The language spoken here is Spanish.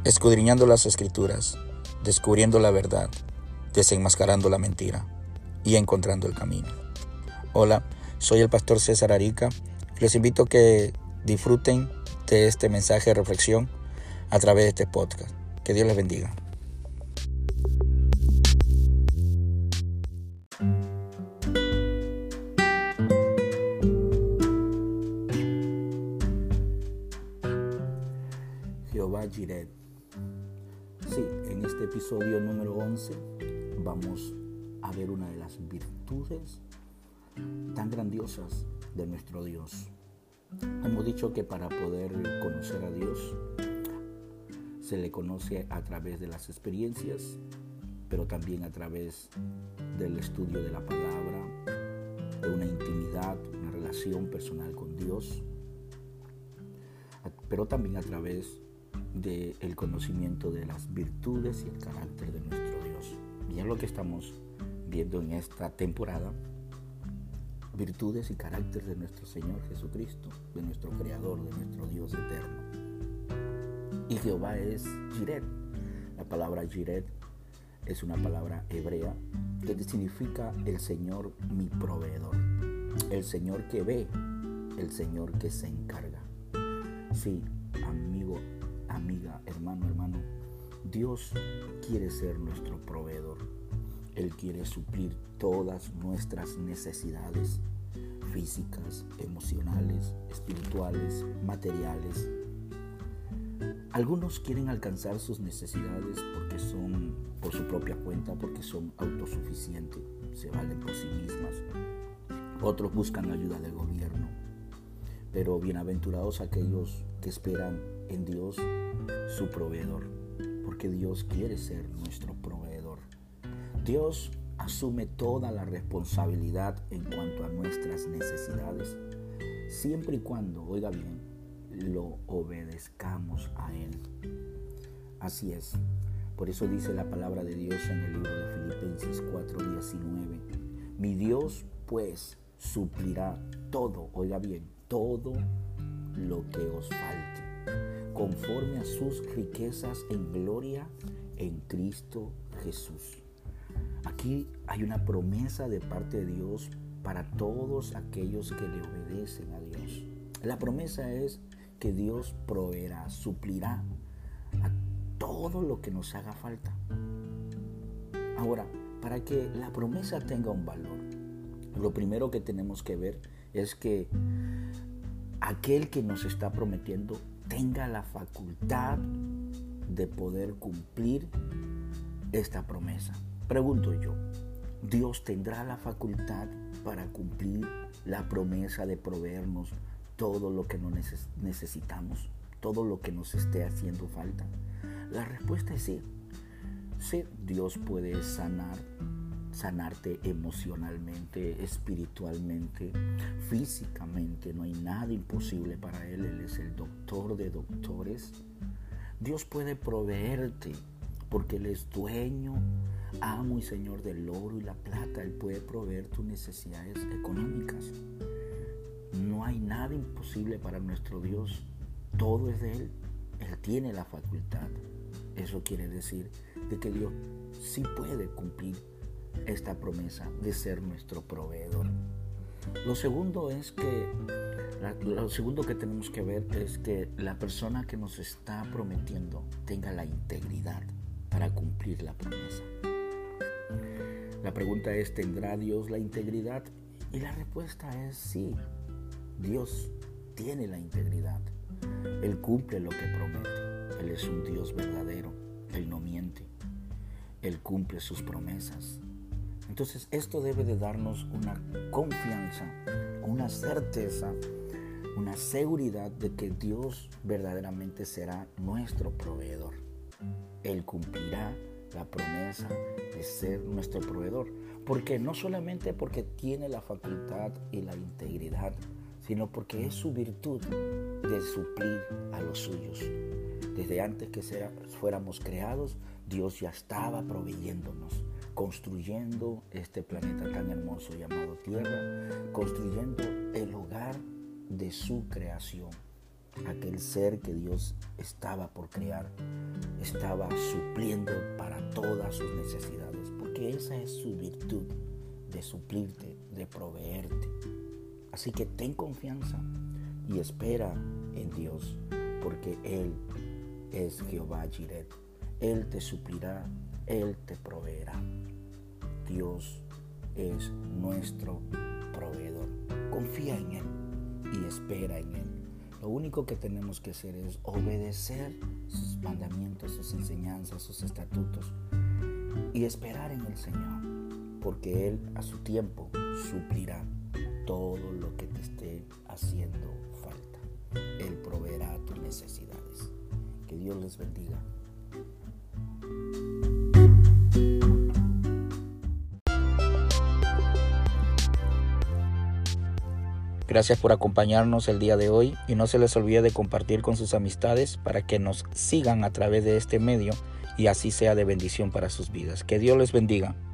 escudriñando las Escrituras, descubriendo la verdad, desenmascarando la mentira y encontrando el camino. Hola, soy el pastor César Arica y les invito a que disfruten de este mensaje de reflexión a través de este podcast. Que Dios les bendiga. Jehová Jireh. Sí, en este episodio número 11 vamos a ver una de las virtudes tan grandiosas de nuestro Dios. Hemos dicho que para poder conocer a Dios se le conoce a través de las experiencias, pero también a través del estudio de la palabra, de una intimidad, una relación personal con Dios, pero también a través del conocimiento de las virtudes y el carácter de nuestro Dios. Y es lo que estamos viendo en esta temporada: virtudes y carácter de nuestro Señor Jesucristo, de nuestro Creador, de nuestro Dios eterno. Y Jehová es Jireh. La palabra Jireh es una palabra hebrea que significa el Señor mi proveedor, el Señor que ve, el Señor que se encarga. Sí, amigo, amiga, hermano, Dios quiere ser nuestro proveedor. Él quiere suplir todas nuestras necesidades físicas, emocionales, espirituales, materiales. Algunos quieren alcanzar sus necesidades porque son por su propia cuenta, porque son autosuficientes, se valen por sí mismas. Otros buscan ayuda del gobierno. Pero bienaventurados aquellos que esperan en Dios, su proveedor, porque Dios quiere ser nuestro proveedor. Dios asume toda la responsabilidad en cuanto a nuestras necesidades, siempre y cuando, oiga bien, lo obedezcamos a Él. Así es. Por eso dice la palabra de Dios en el libro de Filipenses 4:19. Mi Dios, pues, suplirá todo, oiga bien, todo lo que os falte, conforme a sus riquezas en gloria en Cristo Jesús. Aquí hay una promesa de parte de Dios para todos aquellos que le obedecen a Dios. La promesa es que Dios proveerá, suplirá a todo lo que nos haga falta. Ahora, para que la promesa tenga un valor, lo primero que tenemos que ver es que aquel que nos está prometiendo tenga la facultad de poder cumplir esta promesa. Pregunto yo, ¿Dios tendrá la facultad para cumplir la promesa de proveernos todo lo que necesitamos, todo lo que nos esté haciendo falta? La respuesta es sí. Sí, Dios puede sanarte emocionalmente, espiritualmente, físicamente. No hay nada imposible para Él. Él es el doctor de doctores. Dios puede proveerte porque Él es dueño, amo y Señor del oro y la plata. Él puede proveer tus necesidades económicas. No hay nada imposible para nuestro Dios. Todo es de Él. Él tiene la facultad. Eso quiere decir de que Dios sí puede cumplir esta promesa de ser nuestro proveedor. Lo segundo que tenemos que ver es que la persona que nos está prometiendo tenga la integridad para cumplir la promesa. La pregunta es, ¿tendrá Dios la integridad? Y la respuesta es sí. Dios tiene la integridad. Él cumple lo que promete. Él es un Dios verdadero. Él no miente. Él cumple sus promesas. Entonces esto debe de darnos una confianza, una certeza, una seguridad de que Dios verdaderamente será nuestro proveedor. Él cumplirá la promesa de ser nuestro proveedor. Porque no solamente porque tiene la facultad y la integridad, sino porque es su virtud de suplir a los suyos. Desde antes que fuéramos creados, Dios ya estaba proveyéndonos, construyendo este planeta tan hermoso llamado Tierra, construyendo el hogar de su creación. aquel ser que Dios estaba por crear, estaba supliendo para todas sus necesidades, porque esa es su virtud, de suplirte, de proveerte. Así que ten confianza y espera en Dios, porque Él es Jehová Jireh. Él te suplirá, Él te proveerá. Dios es nuestro proveedor. Confía en Él y espera en Él. Lo único que tenemos que hacer es obedecer sus mandamientos, sus enseñanzas, sus estatutos y esperar en el Señor, porque Él a su tiempo suplirá todo lo que te esté haciendo falta. Él proveerá tus necesidades. Que Dios les bendiga. Gracias por acompañarnos el día de hoy y no se les olvide de compartir con sus amistades para que nos sigan a través de este medio y así sea de bendición para sus vidas. Que Dios les bendiga.